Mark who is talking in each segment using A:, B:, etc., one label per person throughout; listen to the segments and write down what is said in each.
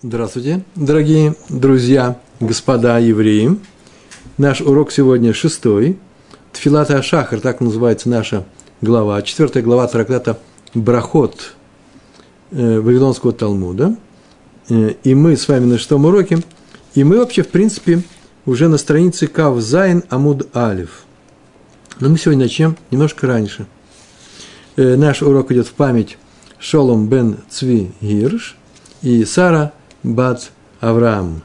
A: Здравствуйте, дорогие друзья, господа евреи. Наш урок сегодня 6-й. Тфилат ха-Шахар, так называется наша глава, 4 глава трактата Брахот Вавилонского Талмуда. И мы с вами на 6-м уроке. И мы вообще, в принципе, уже на странице Кав Зайн Амуд Алев. Но мы сегодня начнем немножко раньше. Наш урок идет в память Шолом бен Цви Гирш и Сара бат Авраам.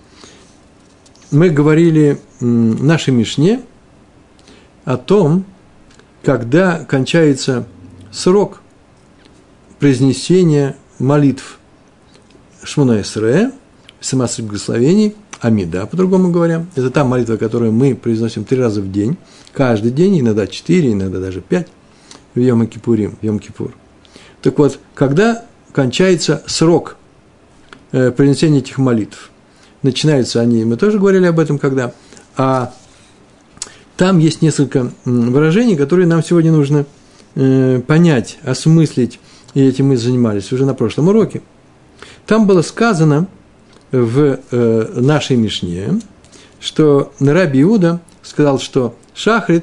A: Мы говорили в нашей Мишне о том, когда кончается срок произнесения молитв Шмона Эсрея, 17 благословений, Амида, по-другому говоря. Это та молитва, которую мы произносим 3 раза в день, каждый день, иногда 4, иногда даже 5, в Йом-Кипурим, Йом-Кипур. Так вот, когда кончается срок произнесения этих молитв, начинаются они, мы тоже говорили об этом, когда, а там есть несколько выражений, которые нам сегодня нужно понять, осмыслить, и этим мы занимались уже на прошлом уроке. Там было сказано в нашей Мишне, что Раби Иуда сказал, что шахрис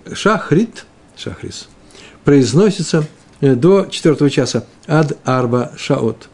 A: произносится до 4 часа, ад арба шаот.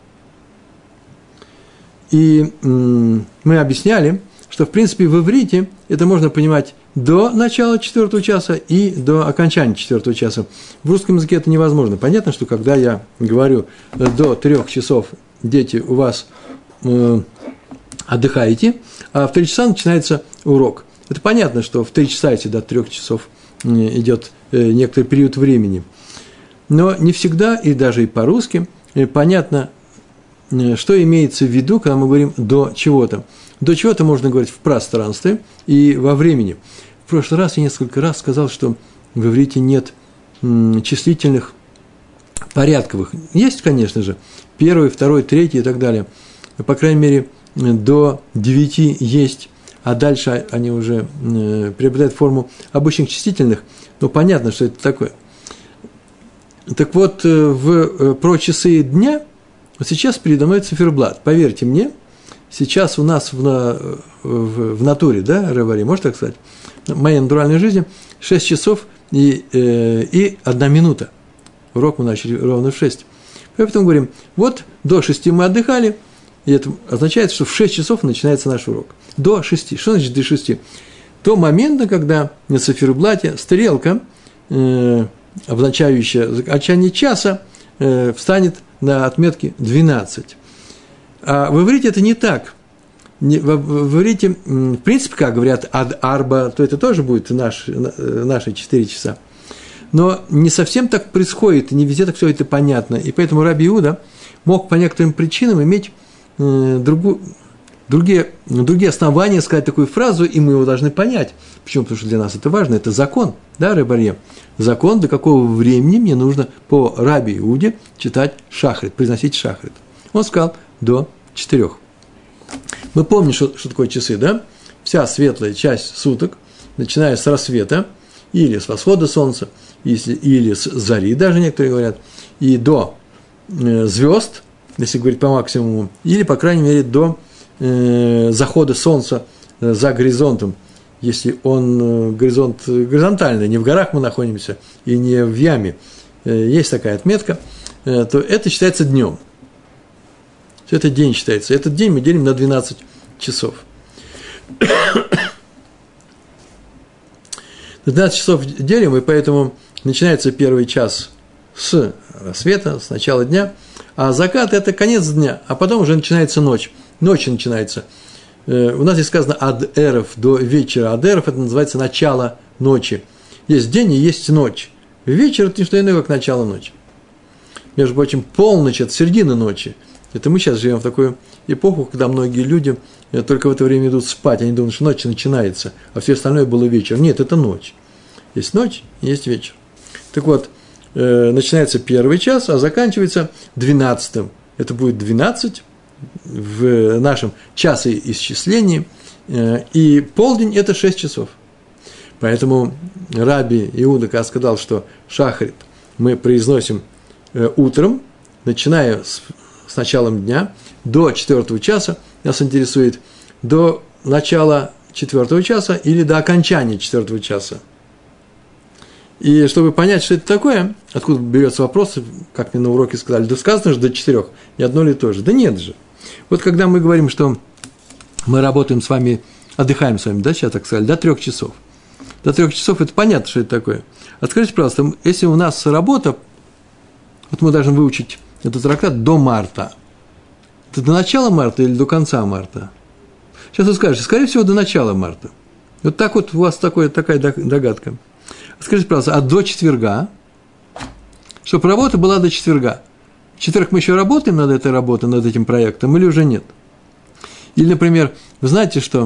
A: И мы объясняли, что, в принципе, в иврите это можно понимать до начала 4 часа и до окончания 4 часа. В русском языке это невозможно. Понятно, что когда я говорю до 3 часов, дети, у вас отдыхаете, а в 3 часа начинается урок. Это понятно, что в 3 часа, если до 3 часов идет некоторый период времени. Но не всегда, и даже и по-русски, понятно, что имеется в виду, когда мы говорим «до чего-то». До чего-то можно говорить в пространстве и во времени. В прошлый раз я несколько раз сказал, что в иврите нет числительных порядковых. Есть, конечно же, 1, 2, 3 и так далее. По крайней мере, до 9 есть, а дальше они уже приобретают форму обычных числительных. Но понятно, что это такое. Так вот, про часы дня сейчас передо мной циферблат. Поверьте мне, сейчас у нас в натуре, да, Ревари, можно так сказать, в моей натуральной жизни 6 часов и 1 минута. Урок мы начали ровно в 6. Поэтому говорим, вот до 6 мы отдыхали, и это означает, что в 6 часов начинается наш урок. До 6. Что значит до 6? До момента, когда на циферблате стрелка, обозначающая окончание часа, встанет на отметке 12. А в иврите это не так. В иврите, в принципе, как говорят ад арба, то это тоже будет наши 4 часа. Но не совсем так происходит, и не везде так все это понятно. И поэтому Раби Иуда мог по некоторым причинам иметь другие основания сказать такую фразу, и мы его должны понять. Почему? Потому что для нас это важно, это закон, да, Ребарье? Закон, до какого времени мне нужно по Раби Иуде читать шахрит, произносить шахрит. Он сказал до 4. Мы помним, что такое часы, да? Вся светлая часть суток, начиная с рассвета, или с восхода солнца, или с зари, даже некоторые говорят, и до звезд, если говорить по максимуму, или, по крайней мере, до захода солнца за горизонтом, если он горизонт горизонтальный, не в горах мы находимся и не в яме, есть такая отметка, то это считается днем. Это день считается. Этот день мы делим на 12 часов. 12 часов делим, и поэтому начинается первый час с рассвета, с начала дня, а закат – это конец дня, а потом уже начинается ночь. Ночь начинается. У нас здесь сказано ад эрев, до вечера. Ад эрев – это называется начало ночи. Есть день и есть ночь. Вечер – это не что иное, как начало ночи. Между прочим, полночь – это середина ночи. Это мы сейчас живем в такую эпоху, когда многие люди только в это время идут спать. Они думают, что ночь начинается, а все остальное было вечер. Нет, это ночь. Есть ночь, есть вечер. Так вот, начинается первый час, а заканчивается 12-м. Это будет 12 в нашем часоисчислении, и полдень – это 6 часов. Поэтому Раби Иуда сказал, что шахрит мы произносим утром, начиная с началом дня, до 4 часа, нас интересует до начала 4 часа или до окончания 4 часа. И чтобы понять, что это такое, откуда берется вопрос, как мне на уроке сказали, да сказано же до 4, не одно ли то же. Да нет же. Вот когда мы говорим, что мы работаем с вами, отдыхаем с вами, да, сейчас так сказали, до 3 часов. До 3 часов это понятно, что это такое. А скажите, пожалуйста, если у нас работа, вот мы должны выучить этот трактат до марта. Это до начала марта или до конца марта? Сейчас вы скажете, скорее всего, до начала марта. Вот так вот у вас такая догадка. Скажите, пожалуйста, а до четверга? Чтобы работа была до четверга. В четверг мы еще работаем над этой работой, над этим проектом, или уже нет? Или, например, вы знаете, что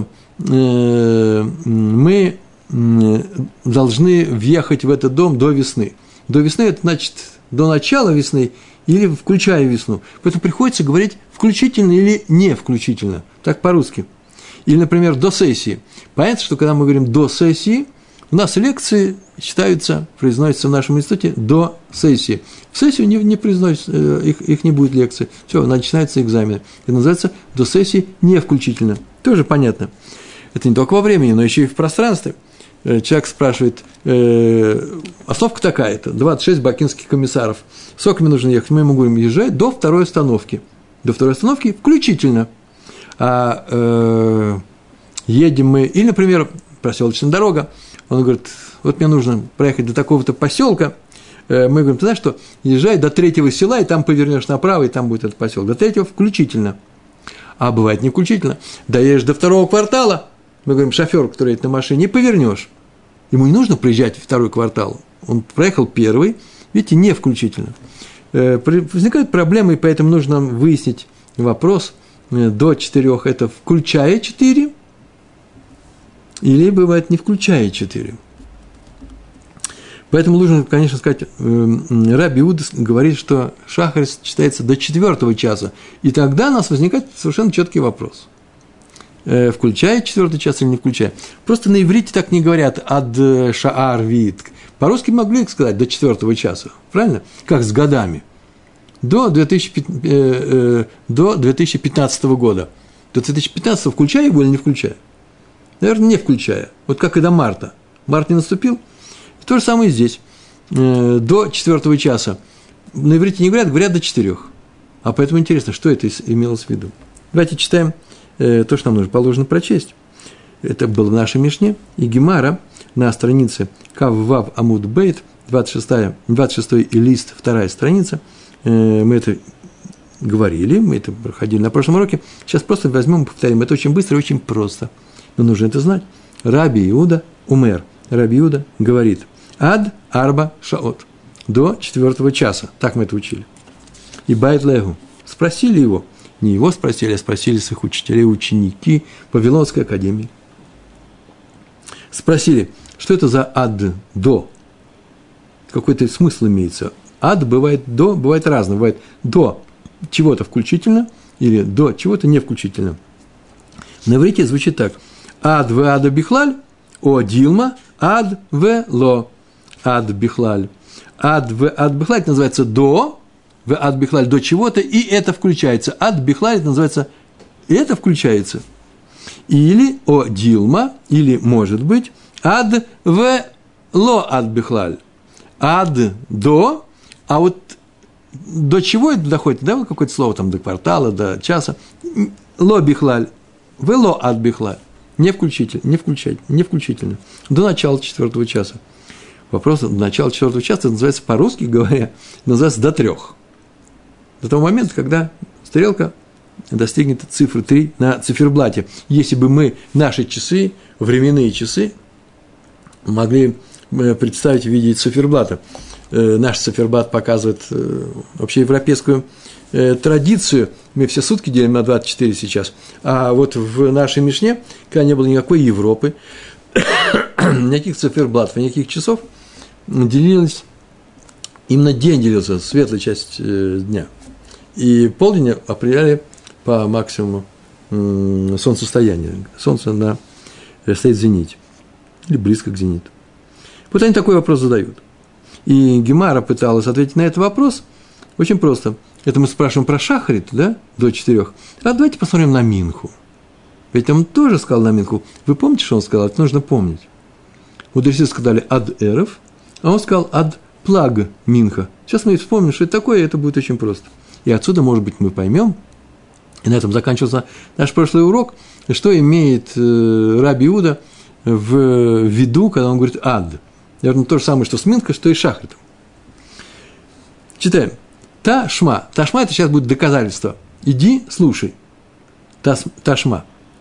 A: мы должны въехать в этот дом до весны. До весны – это значит до начала весны или включая весну. Поэтому приходится говорить включительно или не включительно. Так по-русски. Или, например, до сессии. Понятно, что когда мы говорим до сессии, у нас лекции считаются, произносятся в нашем институте до сессии. В сессию не произносятся, их не будет лекции. Все, начинаются экзамены. Это называется до сессии не включительно. Тоже понятно. Это не только во времени, но еще и в пространстве. Человек спрашивает, остановка такая-то, 26 бакинских комиссаров. Сколько мне нужно ехать? Мы ему говорим, езжай до второй остановки. До второй остановки включительно. А едем мы, или, например, проселочная дорога, он говорит, вот мне нужно проехать до такого-то поселка. Мы говорим, ты знаешь что, езжай до 3-го села, и там повернешь направо, и там будет этот поселок. До 3-го включительно. А бывает не включительно. Доедешь до 2-го квартала, мы говорим, шофер, который едет на машине, не повернешь. Ему не нужно приезжать в 2-й квартал. Он проехал 1-й, видите, не включительно. Возникают проблемы, и поэтому нужно выяснить вопрос. До 4 – это включая 4, или бывает не включая 4. Поэтому нужно, конечно, сказать, Раби Иуда говорит, что шахарис читается до 4 часа, и тогда у нас возникает совершенно четкий вопрос. Включая 4 час или не включая. Просто на иврите так не говорят ад шаар вид. По-русски могли сказать до 4 часа, правильно? Как с годами. До 2015 года. До 2015 включая его или не включая? Наверное, не включая. Вот как и до марта. Март не наступил. То же самое и здесь. До 4 часа. На иврите не говорят, говорят до 4. А поэтому интересно, что это имелось в виду. Давайте читаем то, что нам нужно положено прочесть. Это было в нашей Мишне. И Гемара на странице Кав-Вав Амуд Бейт, 26 лист, 2 страница. Мы это говорили, мы это проходили на прошлом уроке. Сейчас просто возьмем и повторим. Это очень быстро и очень просто. Но нужно это знать. Раби Иуда умер. Раби Иуда говорит. Ад арба шаот. До 4 часа. Так мы это учили. И байт легу. Спросили его. Не его спросили, а спросили своих учителей, ученики Вавилонской академии. Спросили, что это за ад до? Какой-то смысл имеется. Ад бывает до, бывает разное. Бывает до чего-то включительно или до чего-то не включительно. На иврите звучит так. Ад в ада бихлаль, о дилма, ад в ло, ад бихлаль. Ад в ад бихлаль это называется до, в ад бихлаль до чего-то, и это включается. Ад бихлаль это называется, и это включается. Или о дилма, или, может быть, ад в ло ад бихлаль. Ад до, а вот до чего это доходит? Да, вот какое-то слово там, до квартала, до часа. Ло бихлаль, в ло ад бихлаль. Не включительно. До начала 4 часа. Вопрос до начала 4 часа, это называется, по-русски говоря, называется до 3. До того момента, когда стрелка достигнет цифры 3 на циферблате. Если бы мы наши часы, временные часы, могли представить в виде циферблата. Наш циферблат показывает общеевропейскую традицию. Мы все сутки делим на 24 сейчас. А вот в нашей Мишне, когда не было никакой Европы, никаких циферблатов, никаких часов, делилось, именно день делился, светлая часть дня. И полдень определяли по максимуму солнцестояния. Солнце стоит в зените, или близко к зениту. Вот они такой вопрос задают. И Гемара пыталась ответить на этот вопрос очень просто. это мы спрашиваем про шахрит, да, до 4. А давайте посмотрим на минху. Ведь он тоже сказал на минху. Вы помните, что он сказал? Это нужно помнить. Мудрецы сказали ад эров, а он сказал ад плаг минха. Сейчас мы вспомним, что это такое, и это будет очень просто. И отсюда, может быть, мы поймем, и на этом заканчивался наш прошлый урок, что имеет Раби Иуда в виду, когда он говорит ад. Наверное, то же самое, что с минхой, что и с шахритом. Читаем. Ташма. Ташма – это сейчас будет доказательство. Иди, слушай. Ташма.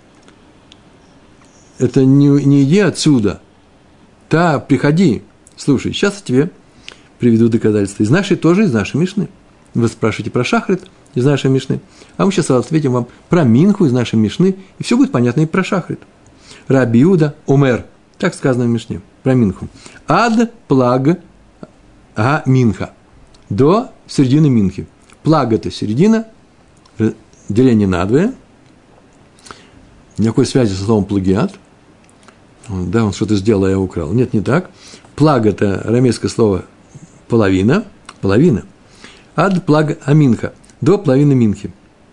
A: Это не иди отсюда. Приходи, слушай. Сейчас я тебе приведу доказательства. Из нашей Мишны. Вы спрашиваете про шахрит из нашей Мишны. А мы сейчас ответим вам про минху из нашей Мишны. И все будет понятно и про шахрит. Раби Иуда омер. Так сказано в Мишне. Про минху. Ад плаг минха. До середины минхи. Плаг – это середина, деление надвое. Никакой связи со словом плагиат. Да, он что-то сделал, а я украл. Нет, не так. Плаг – это арамейское слово половина. Ад плаг аминха. До половины минхи.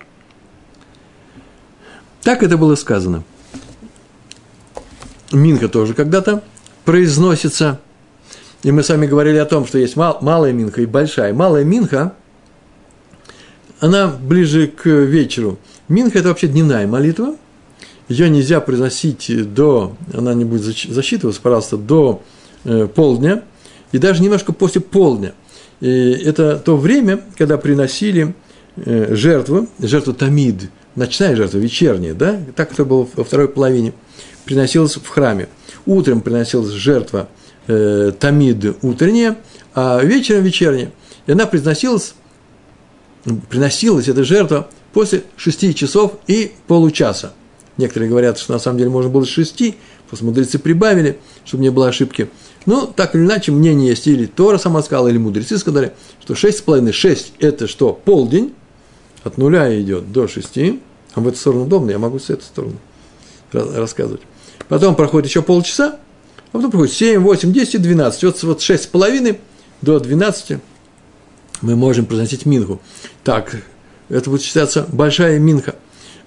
A: Так это было сказано. Минха тоже когда-то произносится. И мы с вами говорили о том, что есть малая минха и большая. Малая минха, она ближе к вечеру. Минха – это вообще дневная молитва. Ее нельзя произносить она не будет засчитываться, пожалуйста, до полдня. И даже немножко после полдня. И это то время, когда приносили жертву тамид, ночная жертва, вечерняя, да? Так это было во второй половине. Приносилась в храме. Утром приносилась жертва тамид утренняя, а вечером вечерняя. И она приносилась эта жертва после 6 часов и получаса. Некоторые говорят, что на самом деле можно было с 6, просто мудрецы прибавили, чтобы не было ошибки. Но так или иначе, мнение есть, или Тора сама сказала, или мудрецы сказали, что 6,5, 6 – это что? Полдень, от 0 идет до 6, а в эту сторону удобно, я могу с этой стороны рассказывать. Потом проходит еще полчаса, а потом проходит 7, 8, 10, 12. Вот 6,5 до 12 мы можем произносить минху. Так, это будет считаться большая минха.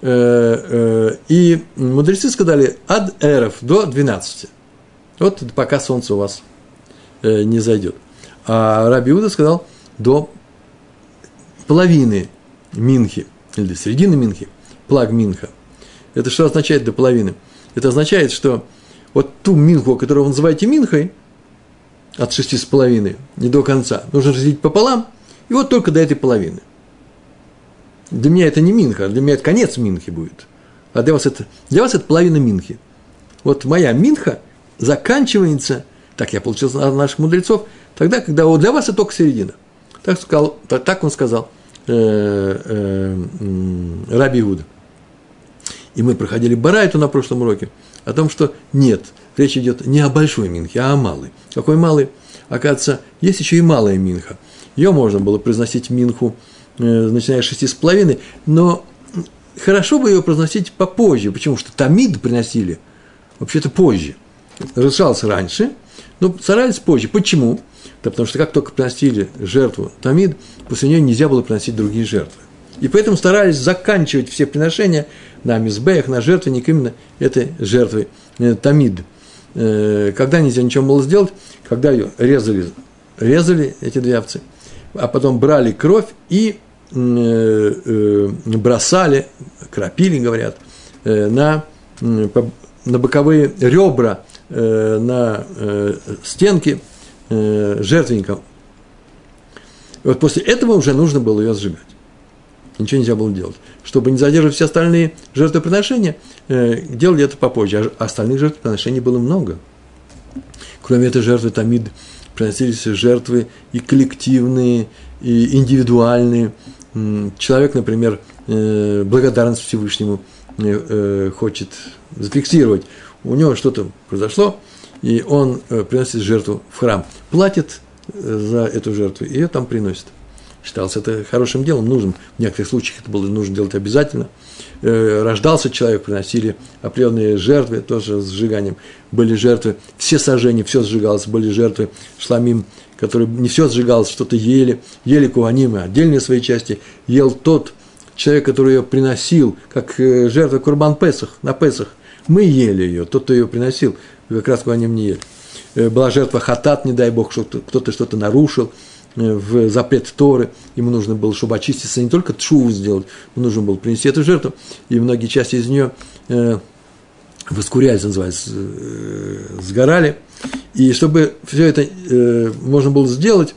A: И мудрецы сказали ад эров до 12. Вот пока солнце у вас не зайдет. А Раби Иуда сказал до половины минхи, или до середины минхи, плаг минха. Это что означает до половины? Это означает, что вот ту минху, которую вы называете минхой, от 6,5 не до конца, нужно разделить пополам, и вот только до этой половины. Для меня это не минха, для меня это конец минхи будет. А для вас это половина минхи. Вот моя минха заканчивается, так я получил от наших мудрецов, тогда, когда вот для вас это только середина. Так он сказал Раби Иуда. И мы проходили барайту на прошлом уроке о том, что нет, речь идет не о большой минхе, а о малой. Какой малый? Оказывается, есть еще и малая минха. Ее можно было произносить минху, начиная с 6,5, но хорошо бы ее произносить попозже. Почему? Что тамид приносили вообще-то позже. Разрешалось раньше, но старались позже. Почему? Да потому что как только приносили жертву тамид, после нее нельзя было приносить другие жертвы. И поэтому старались заканчивать все приношения на мизбеях, на жертвенник именно этой жертвой тамид. Когда нельзя ничего было сделать, когда ее резали эти две овцы, а потом брали кровь и бросали, кропили, говорят, на боковые ребра, на стенки жертвенника. Вот после этого уже нужно было ее сжигать. Ничего нельзя было делать. Чтобы не задерживать все остальные жертвоприношения, делали это попозже. А остальных жертвоприношений было много. Кроме этой жертвы тамид приносились жертвы и коллективные, и индивидуальные. Человек, например, благодарность Всевышнему хочет зафиксировать. У него что-то произошло, и он приносит жертву в храм. Платит за эту жертву, и ее там приносит. Считалось это хорошим делом, нужным. В некоторых случаях это было нужно делать обязательно. Рождался человек, приносили определенные жертвы, тоже с сжиганием. Были жертвы, все сожжения, все сжигалось, были жертвы шламим, который не все сжигалось, что-то ели куаним, отдельные свои части, ел тот человек, который ее приносил, как жертва Курбан Песах, на Песах. Мы ели ее, тот, кто ее приносил, как раз куаним не ели. Была жертва хатат, не дай Бог, что кто-то что-то нарушил в запрет Торы, ему нужно было, чтобы очиститься, не только тшуву сделать, ему нужно было принести эту жертву, и многие части из нее воскурялись, называется, сгорали. И чтобы все это можно было сделать,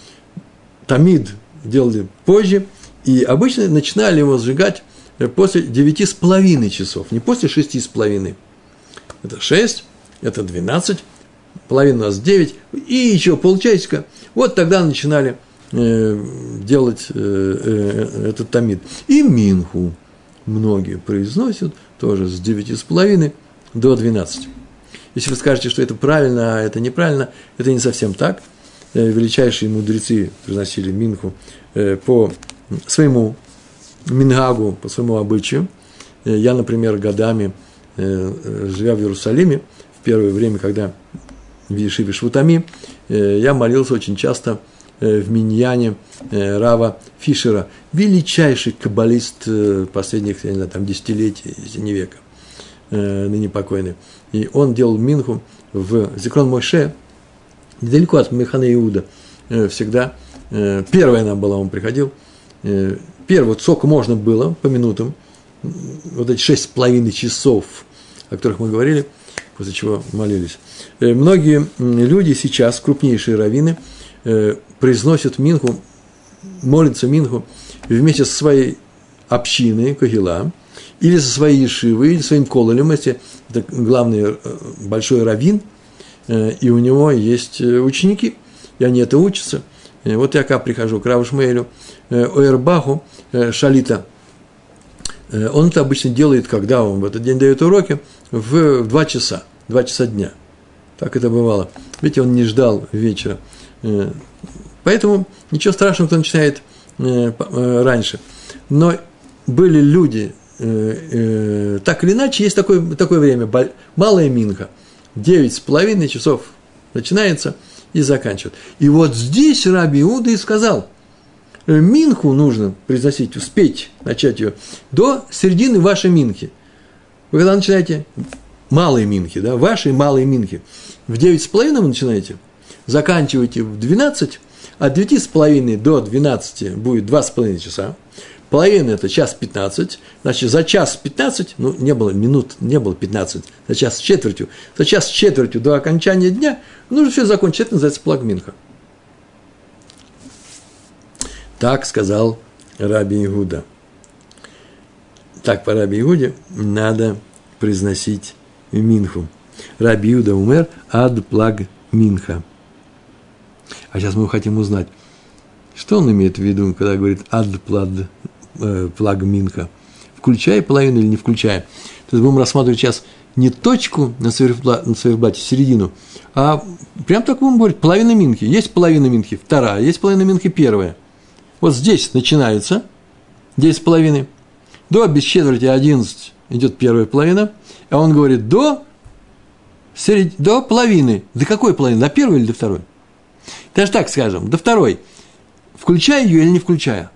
A: тамид делали позже, и обычно начинали его сжигать после 9,5 часов, не после 6,5. Это 6, это 12, половина у нас 9, и еще полчасика. Вот тогда начинали делать этот тамид. И минху многие произносят тоже с 9,5 до 12. Если вы скажете, что это правильно, а это неправильно, это не совсем так. Величайшие мудрецы произносили минху по своему мингагу, по своему обычаю. Я, например, годами, живя в Иерусалиме, в первое время, когда в Ешиве Швутами, я молился очень часто в миньяне Рава Фишера, величайший каббалист последних, я не знаю, там, десятилетий, если не века, ныне покойный. И он делал минху в Зикрон Моше, недалеко от Механа Иуда, всегда. Первая она была, он приходил. Первый, вот сколько можно было по минутам, вот эти 6,5 часов, о которых мы говорили, после чего молились. Многие люди сейчас, крупнейшие раввины, произносят минху, молятся минху вместе со своей общиной, Кохила, или со своей ешивой, или своим кололем, если это главный большой раввин, и у него есть ученики, и они это учатся. Вот я как прихожу к Раву Шмуэлю Ойербаху Шалита. Он это обычно делает, когда он в этот день дает уроки, в 2 часа дня. Так это бывало. Видите, он не ждал вечера. Поэтому ничего страшного, кто начинает раньше. Но были люди, так или иначе, есть такое время, малая минха, 9,5 часов начинается и заканчивает. И вот здесь Раби Иуда и сказал, минху нужно произносить, успеть начать ее до середины вашей минхи. Вы когда начинаете малые минхи, да, ваши малые минхи, в 9,5 вы начинаете, заканчиваете в 12, от 9,5 до 12 будет 2,5 часа. Половина – это час 15, значит, за час 15, ну, не было минут, не было 15, за час с четвертью до окончания дня нужно все закончить, это называется плаг минха. Так сказал Раби Иуда. Так по Раби Иуде надо произносить минху. Раби Иуда умер ад плаг минха. А сейчас мы хотим узнать, что он имеет в виду, когда говорит ад плаг минха. Включая половину или не включая. То есть будем рассматривать сейчас не точку на циферблате, середину, а прям так будем говорить, половина минхи. Есть половина минхи, вторая, есть половина минхи, первая. Вот здесь начинается 10,5. До без четверти 11 идет первая половина, а он говорит до половины. До какой половины? До первой или до второй? Даже так скажем, до второй. Включая ее или не включая?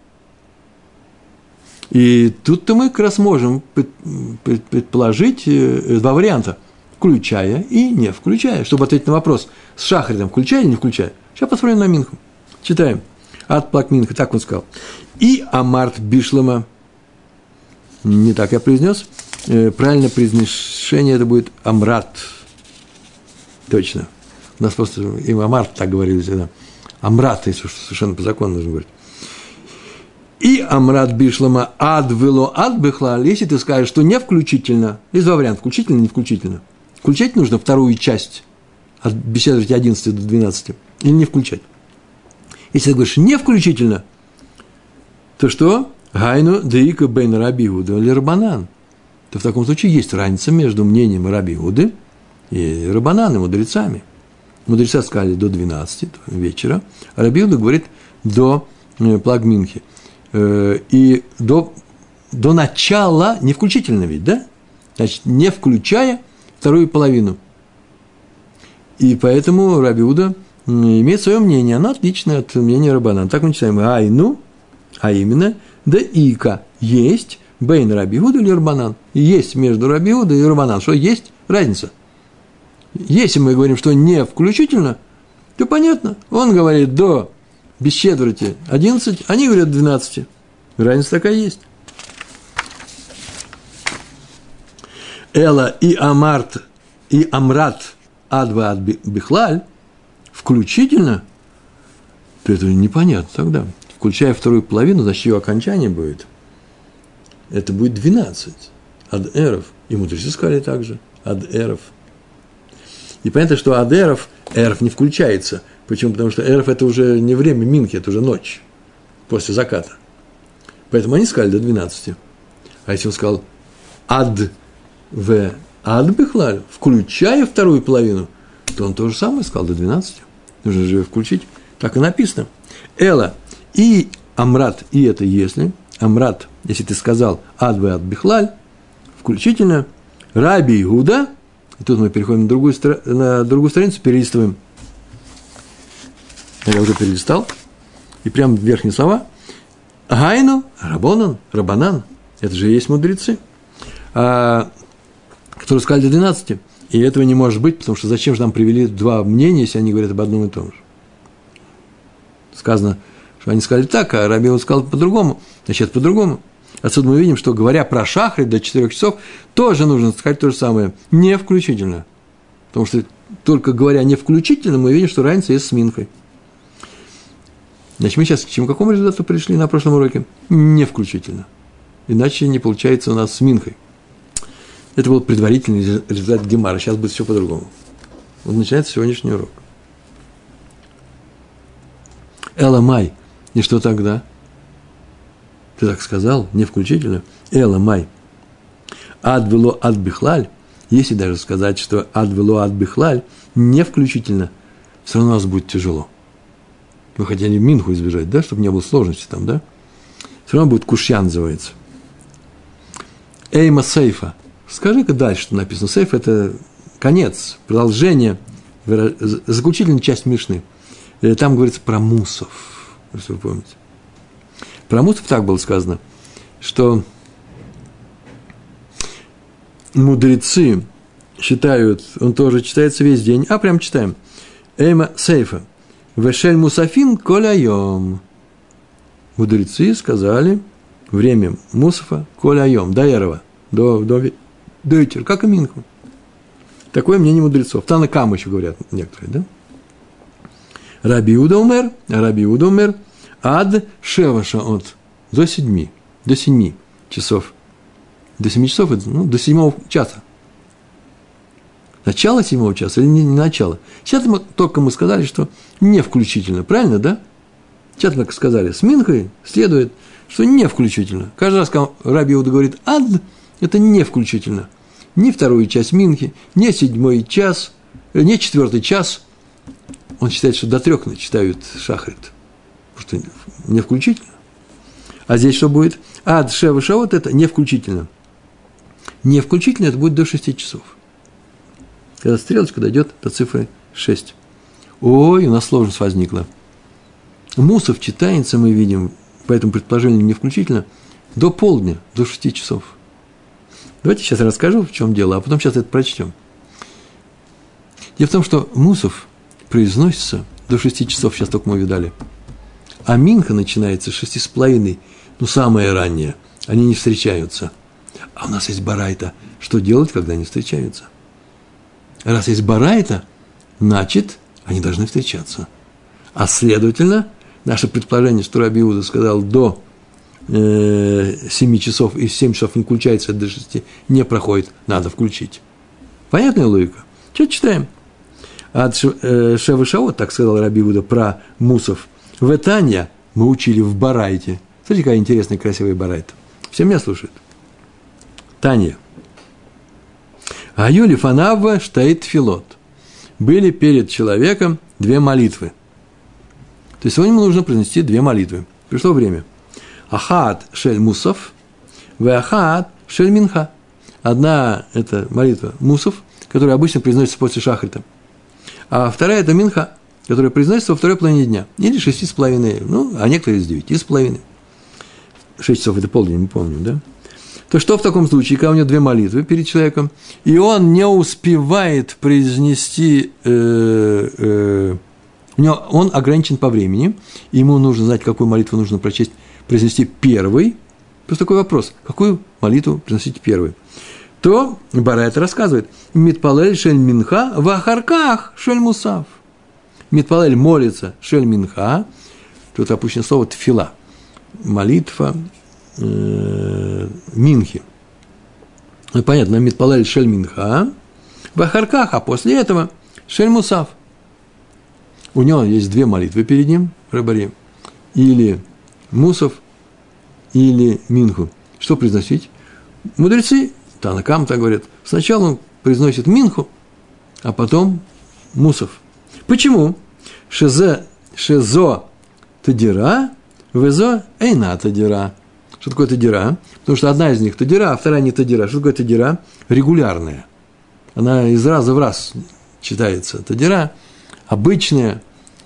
A: И тут-то мы как раз можем предположить два варианта. Включая и не включая. Чтобы ответить на вопрос с шахритом, включая или не включая. Сейчас посмотрим на минху. Читаем. Ад плаг минха, так он сказал. И амарт бишлама. Не так я произнес. Правильное произношение это будет амрат. Точно. У нас просто и амарт так говорили всегда. Амрат, если совершенно по закону нужно говорить. И амрат бишлама ад вело ад бехлаль, если ты скажешь, что не включительно, есть два варианта, включительно, не включительно. Включать нужно вторую часть от беседы 11 до 12, или не включать. Если ты говоришь не включительно, то что? Гайну деика бейн Раби Иуда или Рабанан. То в таком случае есть разница между мнением Раби Иуды и Рабанан, мудрецами. Мудрецы сказали до 12 вечера, а Раби Иуда говорит до плаг минхи. И до начала, не включительно ведь, да? Значит, не включая вторую половину. И поэтому Раби Иуда имеет свое мнение, оно отличное от мнения Рабанан. Так мы читаем айну, а именно, да ика, есть бейн Раби Иуда или Рабанан. Есть между Раби Иуда и Рабанан. Что есть? Разница. Если мы говорим, что не включительно, то понятно. Он говорит до без четверти 11, они говорят 12. Разница такая есть. Эла и Амарт и Амрат адва ад бихлаль включительно, то это непонятно тогда. Включая вторую половину, значит, ее окончание будет. Это будет 12 ад эров. И мудрецы сказали также ад эров. И понятно, что ад эров не включается. Почему? Потому что эров это уже не время минки, это уже ночь после заката. Поэтому они сказали до 12. А если он сказал ад в ад бихлаль, включая вторую половину, то он то же самое сказал до 12. Нужно же включить. Так и написано. Эла и Амрат, и это если. Амрат, если ты сказал ад в ад бихлаль, включительно Раби Иуда. И тут мы переходим на другую страницу, перелистываем. Я уже перелистал. И прямо верхние слова. Гайну, Рабанан. Это же и есть мудрецы. Которые сказали до 12. И этого не может быть, потому что зачем же нам привели два мнения, если они говорят об одном и том же. Сказано, что они сказали так, а Раби Иуда сказал по-другому. Значит, по-другому. Отсюда мы видим, что, говоря про шахрит до 4 часов, тоже нужно сказать то же самое, не включительно. Потому что только говоря не включительно, мы видим, что разница есть с минхой. Значит, мы сейчас к какому результату пришли на прошлом уроке? Не включительно. Иначе не получается у нас с минхой. Это был предварительный результат Гемара. Сейчас будет все по-другому. Вот начинается сегодняшний урок. Эламай. И что тогда? Ты так сказал, не включительно. Эламай. Ад вело ад бихлаль. Если даже сказать, что ад вело ад бихлаль, не включительно, все равно у нас будет тяжело. Вы хотели минху избежать, да, чтобы не было сложности там, да? Все равно будет кушья называется. Эйма сейфа. Скажи-ка дальше, что написано. Сейф – это конец, продолжение, заключительная часть Мишны. Там говорится про мусов, если вы помните. Про мусов так было сказано, что мудрецы считают, он тоже читается весь день, прям читаем. Эйма сейфа. Вешель мусафин коляйом. Мудрецы сказали время мусафа коляйом, до эрова, до вечера, как и минху. Такое мнение мудрецов. Танакам еще говорят некоторые, да? Раби Иуда умер, ад шеваша от до 7 часов. До 7 часов, до 7 часа. Начало 7 часа или не начало? Сейчас только мы сказали, что не включительно. Правильно, да? Сейчас мы сказали, с минхой следует, что не включительно. Каждый раз, когда Раби Иуда говорит ад, это не включительно. Ни вторую часть минхи, ни 7 час, ни 4 час. Он считает, что до 3 читают шахрит. Потому что не включительно. А здесь что будет? Ад шева шавот – это не включительно. Не включительно – это будет до 6 часов. Когда стрелочка дойдет до цифры 6. Ой, у нас сложность возникла. Мусов читается, мы видим, по этому предположению не включительно, до полдня, до 6 часов. Давайте сейчас расскажу, в чем дело, а потом сейчас это прочтем. Дело в том, что мусов произносится до 6 часов, сейчас только мы видали. А минха начинается с 6:30, самое раннее. Они не встречаются. А у нас есть барайта. Что делать, когда они встречаются? Раз есть барайта, значит, они должны встречаться. А следовательно, наше предположение, что Раби Иуда сказал до 7 часов, и 7 часов не включается, до 6 не проходит, надо включить. Понятная логика? Что читаем? От Шева Шаот, так сказал Раби Иуда про мусов. В Этанья мы учили в барайте. Смотрите, какая интересная, красивая барайта. Все меня слушают. Танья. Аю лифанавва штаит филот. Были перед человеком 2 молитвы. То есть сегодня ему нужно произнести 2 молитвы. Пришло время. Ахат шель мусов, ве ахат шель минха. Одна – это молитва мусов, которая обычно произносится после шахрита. А вторая – это минха. которое произносится во второй половине дня, или 6,5, ну, а некоторые из 9,5. 6 часов – это полдень, мы помним, да? То что в таком случае, когда у него две молитвы перед человеком, и он не успевает произнести, он ограничен по времени, и ему нужно знать, какую молитву нужно произнести первой. Просто такой вопрос, какую молитву произносить первой? То Бара это рассказывает. Митпалель шель минха вахарках шель мусав. Митпалель молится шель минха, тут опущено слово тфила, молитва минхи. Понятно, митпалель шель минха вахарках, а после этого шель мусав. У него есть две молитвы перед ним, Рабари, или мусав, или минху. Что произносить? Мудрецы, Танакам так говорят, сначала он произносит минху, а потом мусав. Почему? Шезо тадира, везо эйна тадира. Что такое тадира? Потому что одна из них тадира, а вторая не тадира. Что такое тадира? Регулярная. Она из раза в раз читается. Тадира обычная.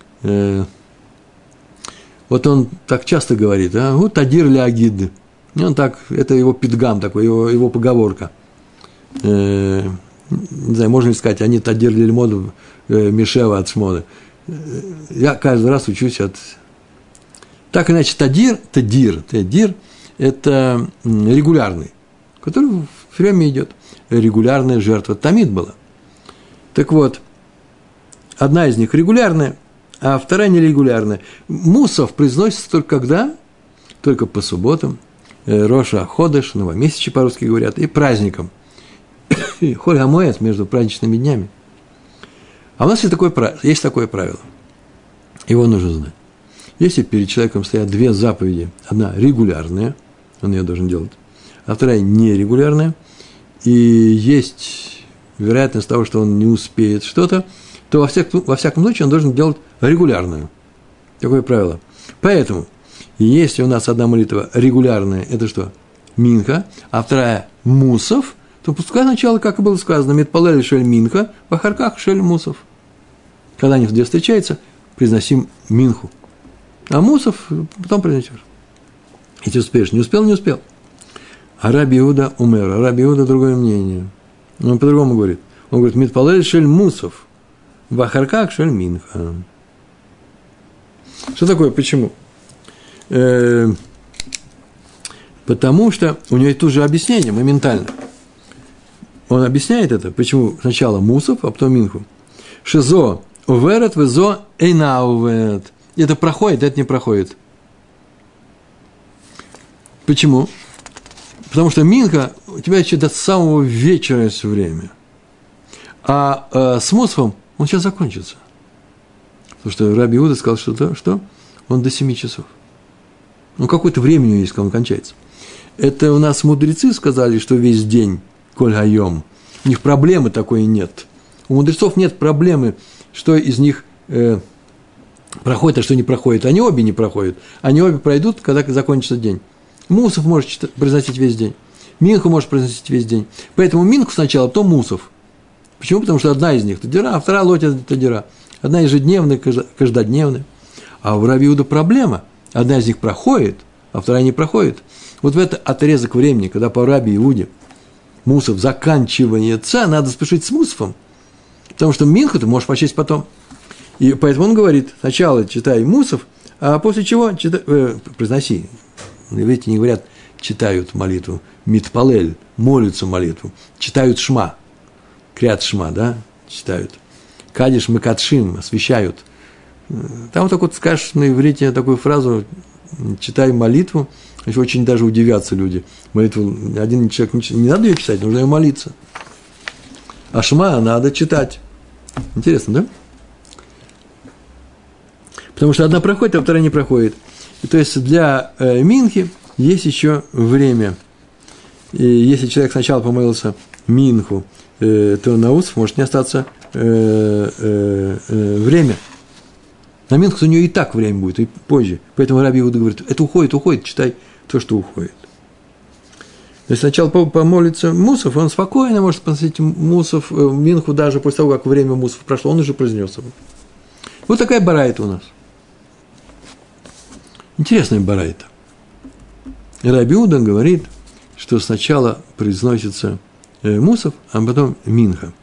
A: Вот он так часто говорит, вот тадир лягид. И он так, это его пидгам такой, его поговорка. Не знаю, можно ли сказать, они тадир лильмоду мишева от шмода. Я каждый раз учусь от... Так иначе тадир – это регулярный, который все время идет. Регулярная жертва тамид была. Так вот, одна из них регулярная, а вторая нерегулярная. Мусав произносится только когда? Только по субботам. Роша Ходеш, новомесячье по-русски говорят, и праздникам. Холь Гамоэд между праздничными днями. А у нас есть такое правило. Его нужно знать. Если перед человеком стоят две заповеди, одна регулярная, он ее должен делать, а вторая нерегулярная, и есть вероятность того, что он не успеет что-то, то во всяком случае он должен делать регулярную. Такое правило. Поэтому, если у нас одна молитва регулярная, это что? Минха, а вторая мусов, то пускай сначала, как и было сказано, митпалель шель минха, в ахарках шель мусов. Когда они где встречаются, произносим минху. А мусов потом произнесешь. Если успеешь, не успел. А Раби Иуда умер. А Раби Иуда другое мнение. Он по-другому говорит. Он говорит, митпалель шель мусов, в ахарках шель минха. Что такое? Почему? Потому что у него есть тут же объяснение моментально. Он объясняет это, почему сначала мусов, а потом минху. Шизо уверет, везо эйна уверет. Это проходит, это не проходит. Почему? Потому что минха у тебя еще до самого вечера есть время. А с мусфом он сейчас закончится. Потому что Раби Иуда сказал, что он до 7 часов. Ну, какое-то время у него есть, когда он кончается. Это у нас мудрецы сказали, что весь день, коль хайом, у них проблемы такой нет. У мудрецов нет проблемы, что из них проходит, а что не проходит. Они обе не проходят. Они обе пройдут, когда закончится день. Мусов может произносить весь день. Минху может произносить весь день. Поэтому минху сначала, то мусов. Почему? Потому что одна из них тадира, а вторая лотя тадира. Одна ежедневная, каждодневная. А у Раби Иуда проблема. Одна из них проходит, а вторая не проходит. Вот в этот отрезок времени, когда по Раби Иуде мусов заканчивается, надо спешить с мусфом. Потому что минху ты можешь прочесть потом. И поэтому он говорит, сначала читай мусов, а после чего произноси. Видите, не говорят, читают молитву. Митпалель, молятся молитву. Читают шма. Крят шма, да, читают. Кадиш мекадшим, освящают. Там вот так вот скажешь на иврите такую фразу, читай молитву, еще очень даже удивятся люди. Молитву один человек не надо ее читать, нужно ее молиться. А шма надо читать. Интересно, да? Потому что одна проходит, а вторая не проходит. И то есть для минхи есть еще время. И если человек сначала помолился минху, то на усов может не остаться время. На минху у нее и так время будет, и позже. Поэтому Раби Иуда говорит, это уходит, читай то, что уходит. Если сначала помолится мусов, он спокойно может поносить мусов, минху даже после того, как время мусов прошло, он уже произнес его. Вот такая барайта у нас. Интересная барайта. Раби Иуда говорит, что сначала произносится мусав, а потом минха.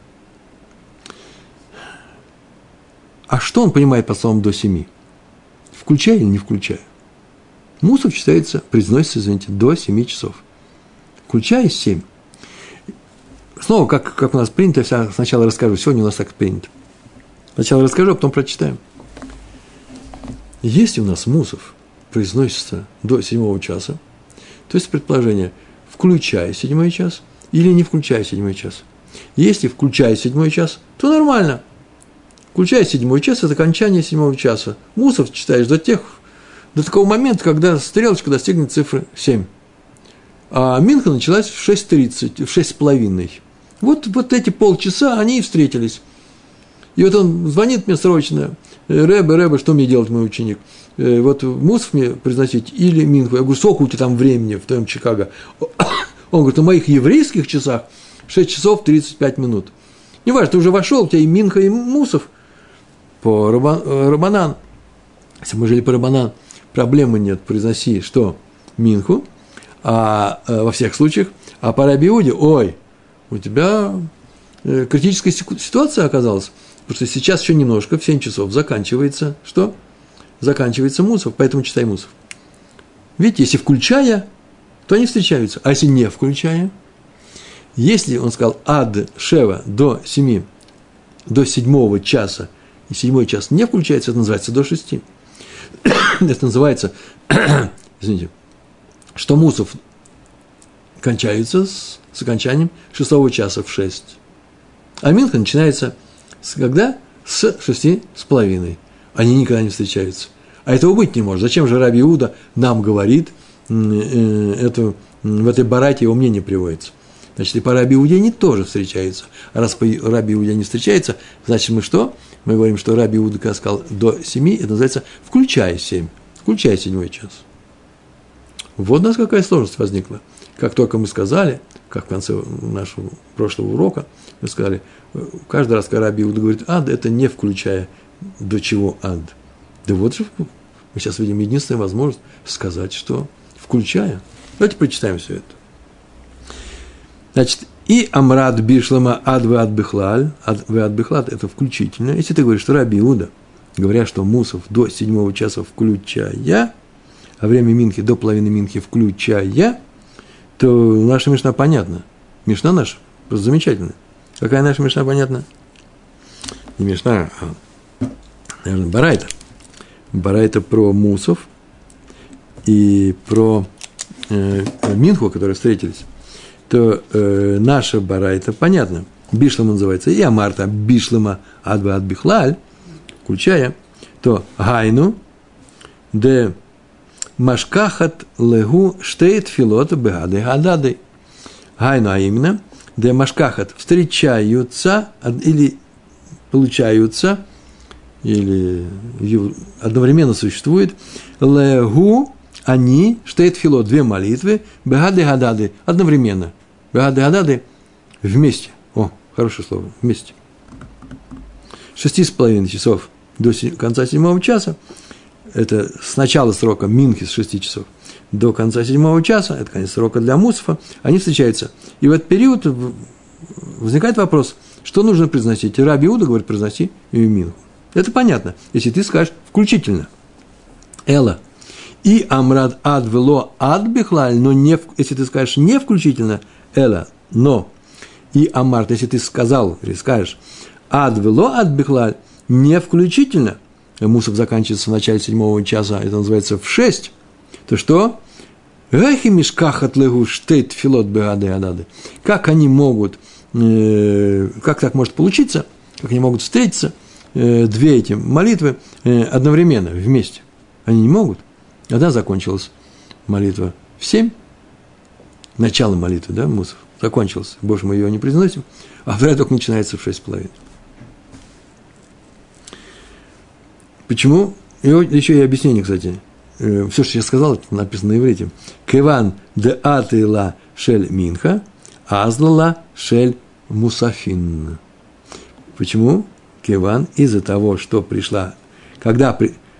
A: А что он понимает под словом «до 7»? Включая или не включая? Мусав считается, произносится, извините, до 7 часов. Включая 7. Снова, как у нас принято, я сначала расскажу. Сегодня у нас так принято. Сначала расскажу, а потом прочитаем. Если у нас мусав произносится до 7 часа, то есть предположение, включая 7 час или не включая 7 час. Если включая 7 час, то нормально. Включая 7 час – это окончание 7 часа. Мусав читаешь до такого момента, когда стрелочка достигнет цифры 7. А минха началась в 6:30, в 6:30. Вот эти полчаса они и встретились. И вот он звонит мне срочно: Ребе, что мне делать, мой ученик? Вот мусав мне произносить или минху? Я говорю: сколько у тебя там времени в твоем Чикаго? Он говорит: на моих еврейских часах 6 часов 35 минут. Не важно, ты уже вошел, у тебя и минха, и мусав по рабанан. Если мы жили по рабанан, проблемы нет, произноси что? Минху, а во всех случаях, а по Раби Иуде, у тебя критическая ситуация оказалась, потому что сейчас еще немножко, в 7 часов заканчивается, что? Заканчивается мусав, поэтому читай мусав. Видите, если включая, то они встречаются, а если не включая, если он сказал ад шева до 7, до 7 часа, и 7 час не включается, это называется до 6. Это называется, извините, что мусав кончается с окончанием 6 часа в 6. А минха начинается когда? С 6:30. Они никогда не встречаются. А этого быть не может. Зачем же Раби Иуда нам говорит, в этой барате его мнение приводится? Значит, и по Раби Иуде они тоже встречаются. А раз по Раби Иуде не встречаются, значит, мы что? Мы говорим, что Раби Иуда, когда сказал до 7, это называется включая 7, включая 7 час. Вот у нас какая сложность возникла. Как только мы сказали, как в конце нашего прошлого урока, мы сказали, каждый раз, когда Раби Иуда говорит ад, это не включая до чего ад. Да вот же мы сейчас видим единственную возможность сказать, что включая. Давайте прочитаем все это. Значит, и амрад бишлама ад ве ад бихлаль, это включительно. Если ты говоришь, что Раби Иуда, говоря, что мусав до 7 часа включая, а время минхи до половины минхи включая, то наша мишна понятна. Мишна наша просто замечательная. Какая наша мишна понятна? Не мишна, а, наверное, барайта. Барайта про мусав и про минху, которые встретились. То наша барайта понятно. Бишлама называется и амарта бишлама адва ад бихлаль, включая, то гайну де машкахат легу штейт филота бегады гадады. Гайну, а именно, де машкахат встречаются или получаются, или одновременно существует легу, они, штейт филот, 2 молитвы, бегады гадады, одновременно. Бегады гадады вместе. О, хорошее слово, вместе. 6,5 часов до конца 7 часа, это с начала срока минхи с 6 часов до конца 7 часа, это конец срока для мусафа, они встречаются. И в этот период возникает вопрос, что нужно произносить. И Раби Иуда говорит, произноси минху. Это понятно, если ты скажешь включительно. Эла. И амрад ад вело ад бихлаль, но не, если ты скажешь не включительно, эла, но, и амарт, если ты сказал, или скажешь, ад вело ад бихлаль, не включительно, мусав заканчивается в начале 7 часа, это называется в 6, то что? Эхи мишкахат легу штейт филот бегады адады. Как они могут, как так может получиться, как они могут встретиться, 2 эти молитвы одновременно, вместе? Они не могут. Одна закончилась молитва в 7, начало молитвы, да, мусав, закончилась, больше мы ее не произносим, а вторая только начинается в 6,5. Почему? И еще и объяснение, кстати. Все, что я сказал, это написано на иврите. Кеван де атыла шель минха, азлала шель мусафин. Почему? Кеван из-за того, что пришла когда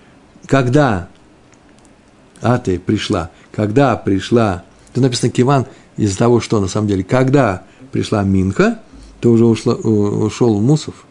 A: Аты пришла, когда пришла, тут написано Киван из-за того, что на самом деле, когда пришла Минха, то уже ушел Мусов.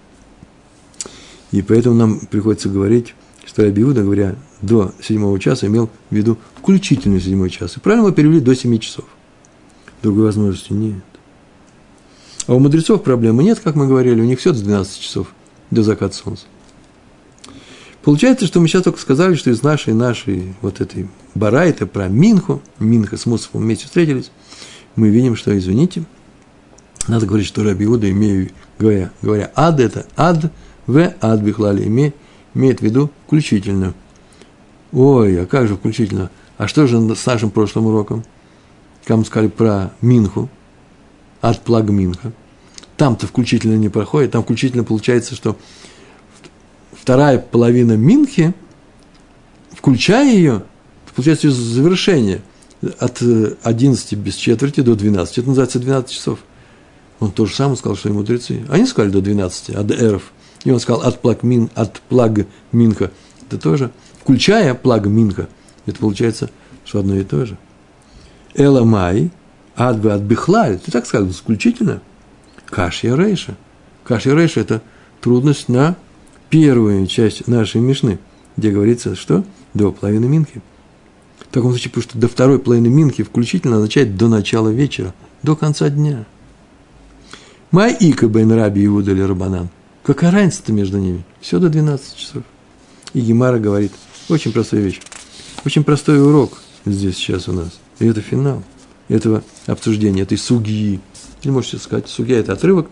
A: И поэтому нам приходится говорить, что Раби Иуда, говоря до 7 часа, имел в виду включительно 7 час. И правильно мы перевели до 7 часов. Другой возможности нет. А у мудрецов проблемы нет, как мы говорили, у них все до 12 часов, до заката солнца. Получается, что мы сейчас только сказали, что из нашей вот этой барайты про Минху, Минха с Мусовым вместе встретились, мы видим, что, извините, надо говорить, что Раби Иуда, говоря ад, это ад, ад бихлали, имеет в виду включительно. Ой, а как же включительно? А что же с нашим прошлым уроком? Как мы сказали про Минху, ад плаг Минха. Там-то включительно не проходит, там включительно получается, что вторая половина Минхи, включая ее, получается ее завершение от 11 без четверти до 12. Это называется 12 часов. Он то же самое сказал, что и мудрецы. Они сказали до 12, ад эров. И он сказал от плаг Минха. Это тоже, включая плаг Минха. Это получается, что одно и то же. Эламай, ад бихлаль. Ты так сказал, исключительно. Кашья рейша. Кашья рейша – это трудность на первую часть нашей Мишны, где говорится, что до половины Минхи. В таком случае, потому что до второй половины Минхи включительно означает до начала вечера, до конца дня. Май ика бен Раби Иуда или Рабанан. Какая разница-то между ними? Все до 12 часов. И Гемара говорит, очень простая вещь, очень простой урок здесь сейчас у нас. И это финал этого обсуждения, этой сугии. Или можете сказать, сугия – это отрывок,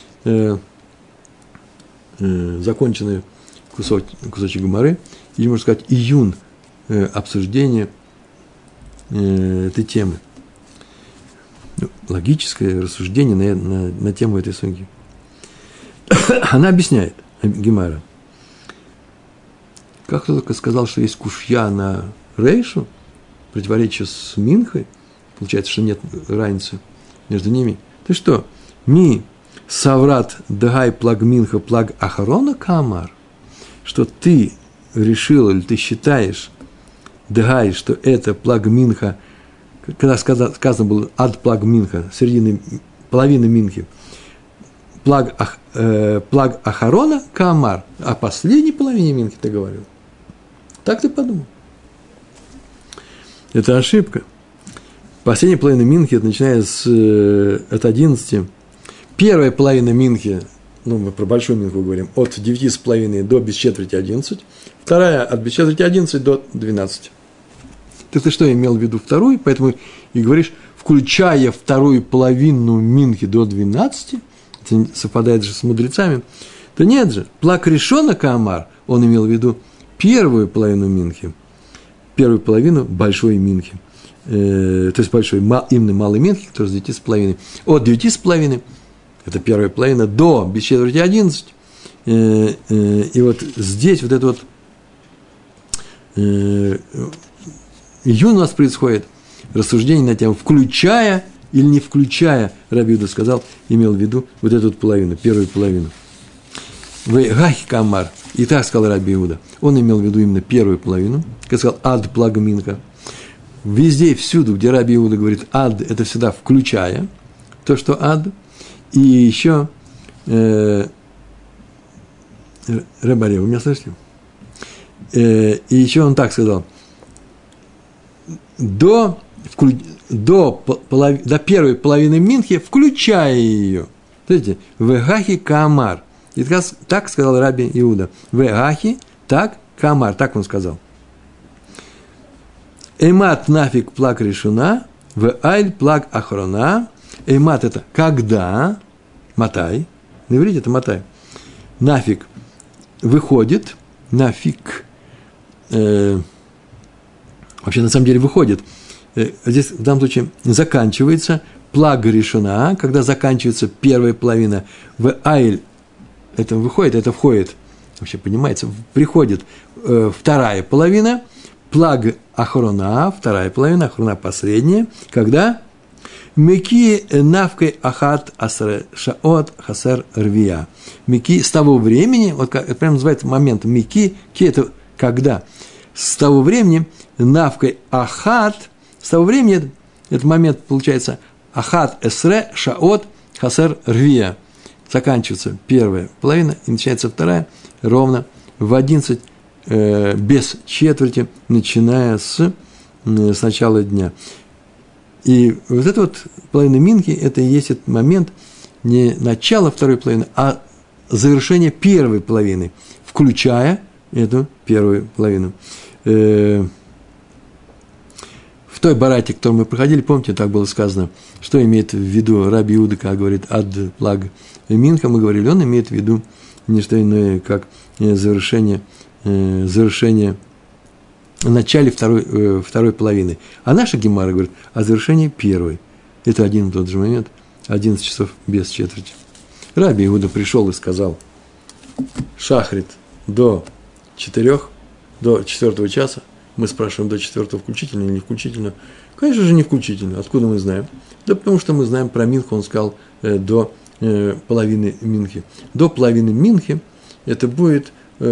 A: законченный кусочек Гемары, или можно сказать, июн обсуждения этой темы. Логическое рассуждение на тему этой суги. Она объясняет, Гемара, как кто-то сказал, что есть кушья на рейшу, противоречие с Минхой, получается, что нет разницы между ними. Ты что, ми Саврат дагай плаг Минха плаг Ахарона Камар, что ты решил или ты считаешь, дагай, что это плаг Минха, когда сказано было ад плаг Минха, середины, половины Минхи, плаг Ахарона Камар, о последней половине Минхи ты говорил. Так ты подумал. Это ошибка. Последняя половина Минхи, это начиная от 11. Первая половина Минхи, мы про большую Минху говорим, от 9,5 до без четверти 11. Вторая от без четверти 11 до 12. Ты что, имел в виду вторую? Поэтому и говоришь, включая вторую половину Минхи до 12, это совпадает же с мудрецами. Да нет же, плак решона Каамар, он имел в виду первую половину Минхи, первую половину большой Минхи. То есть большой, именно малый Минхи, который с 9,5. От 9,5, это первая половина, до без четверти 11. И вот здесь вот это вот июнь у нас происходит рассуждение на тему, включая или не включая, Раби Иуда сказал, имел в виду вот эту вот половину, первую половину. Гахи Камар, и так сказал Раби Иуда, он имел в виду именно первую половину, как сказал, ад плага Минха. Везде и всюду, где Раби Иуда говорит ад, это всегда включая то, что ад. И еще Рабаре, вы меня слышите? И еще он так сказал, до первой половины Минхи, включая ее. Смотрите, вегахи Каамар. И так сказал Раби Иуда. Вегахи, так, Каамар, так он сказал. Эймат нафиг плаг решуна, в айль плаг ахрона. Эймат – это когда, матай, на иврите это матай. Нафиг выходит, нафиг, вообще на самом деле выходит. Здесь в данном случае заканчивается плаг решуна, когда заканчивается первая половина. В айль – это выходит, это входит, вообще понимаете, приходит вторая половина. Плаг ахрона, вторая половина, ахрона последняя, когда Мики навкой ахат асре шаот хасер рвия. Мики с того времени, вот как, это прямо называется момент мики, ки это когда? С того времени навкой ахат, с того времени, этот момент получается ахат эсре шаот хасер рвия. Заканчивается первая половина и начинается вторая ровно в 11 без четверти, начиная с начала дня. И вот эта вот половина минхи, это и есть этот момент не начала второй половины, а завершение первой половины, включая эту первую половину. В той барате, которую мы проходили, помните, так было сказано, что имеет в виду Раби Иуда, как говорит ад плаг минха, мы говорили, он имеет в виду не что иное, как завершение в начале второй половины. А наша Гемара говорит о завершении первой. Это один и тот же момент, 11 часов без четверти. Раби Иуда пришел и сказал, шахрит до 4 часа. Мы спрашиваем, до 4 включительно или не включительно? Конечно же, не включительно. Откуда мы знаем? Да потому что мы знаем про Минху, он сказал, до половины Минхи. До половины Минхи это будет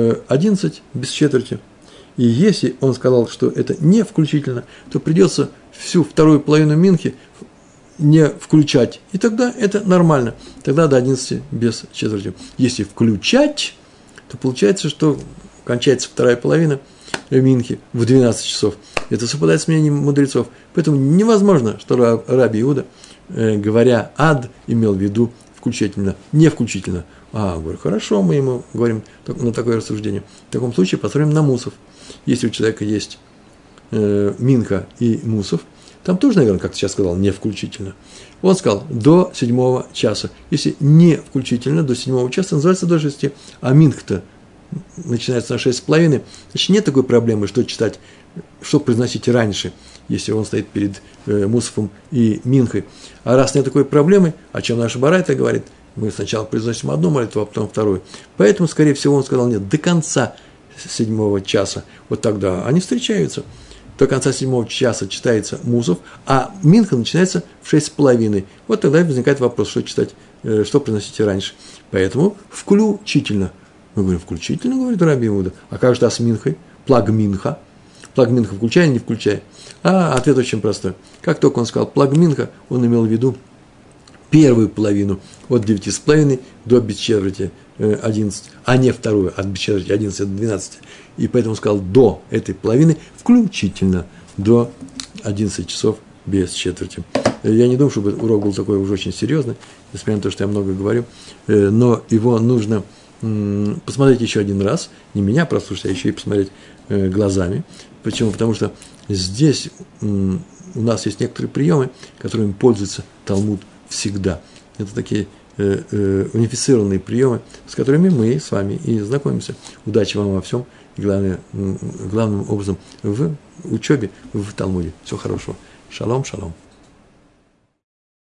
A: 11 без четверти. И если он сказал, что это не включительно, то придется всю вторую половину Минхи не включать. И тогда это нормально. Тогда до 11 без четверти. Если включать, то получается, что кончается вторая половина Минхи в 12 часов. Это совпадает с мнением мудрецов. Поэтому невозможно, что Раби Иуда, говоря ад, имел в виду включительно, не включительно. Говорю, хорошо, мы ему говорим на такое рассуждение. В таком случае посмотрим на мусов. Если у человека есть минха и мусов, там тоже, наверное, как ты сейчас сказал, не включительно. Он сказал, до 7 часа. Если не включительно, до 7 часа, называется до 6. А минха-то начинается на 6,5. Значит, нет такой проблемы, что читать, что произносить раньше, если он стоит перед мусофом и минхой. А раз нет такой проблемы, о чем наша барайта говорит, мы сначала произносим одну молитву, а потом вторую. Поэтому, скорее всего, он сказал, нет, до конца 7 часа. Вот тогда они встречаются. До конца 7 часа читается мусов, а минха начинается в 6,5. Вот тогда возникает вопрос, что читать, что произносить раньше. Поэтому включительно. Мы говорим, включительно, говорит Раби Иуда. А как же с минхой? Плаг минха. Плаг минха включай или не включай? Ответ очень простой. Как только он сказал плаг минха, он имел в виду первую половину от 9,5 до без четверти 11, а не вторую от без четверти 11 до 12. И поэтому сказал до этой половины, включительно до 11 часов без четверти. Я не думаю, чтобы урок был такой уж очень серьезный, несмотря на то, что я много говорю, но его нужно посмотреть еще один раз, не меня прослушать, а еще и посмотреть глазами. Почему? Потому что здесь у нас есть некоторые приемы, которыми пользуется Талмуд всегда. Это такие унифицированные приемы, с которыми мы с вами и знакомимся. Удачи вам во всем, и главным образом в учебе, в Талмуде. Всего хорошего. Шалом, шалом.